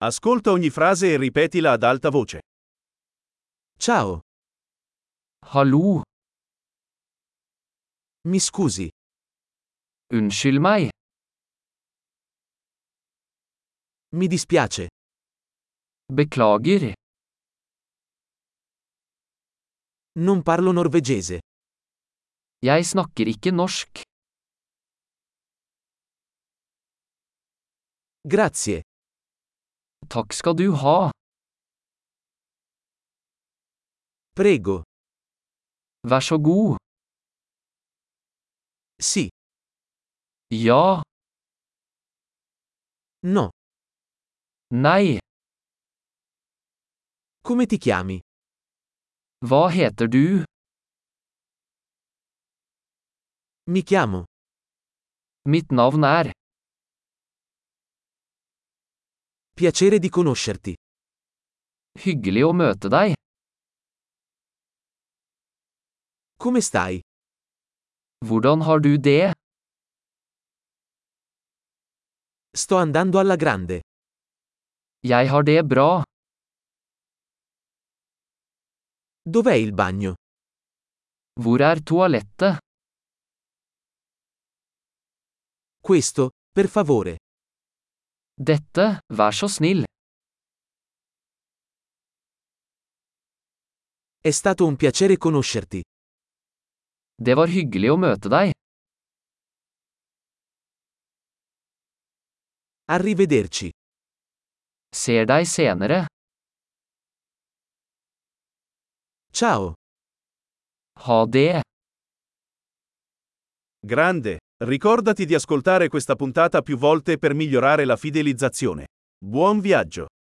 Ascolta ogni frase e ripetila ad alta voce. Ciao, Hallo, mi scusi, unnskyld meg. mi dispiace, Beklager, non parlo norvegese. jeg snakker ikke norsk. Grazie, Takk skal du ha. prego, Vær så god. sì, Ja, no. nei. Come ti chiami? Hva heter du? Mi chiamo. Mitt navn er. Piacere di conoscerti. Hyggelig å møte deg. Come stai? Hvordan har du det? Sto andando alla grande. Jeg har det bra. Dov'è il bagno? Hvor er toalettet? Questo, per favore. Dette, vær så snill. È stato un piacere conoscerti. Det var hyggelig å møte deg. Arrivederci. Ser deg senere. Ciao. Ha det. Grande! Ricordati di ascoltare questa puntata più volte per migliorare la fidelizzazione. Buon viaggio!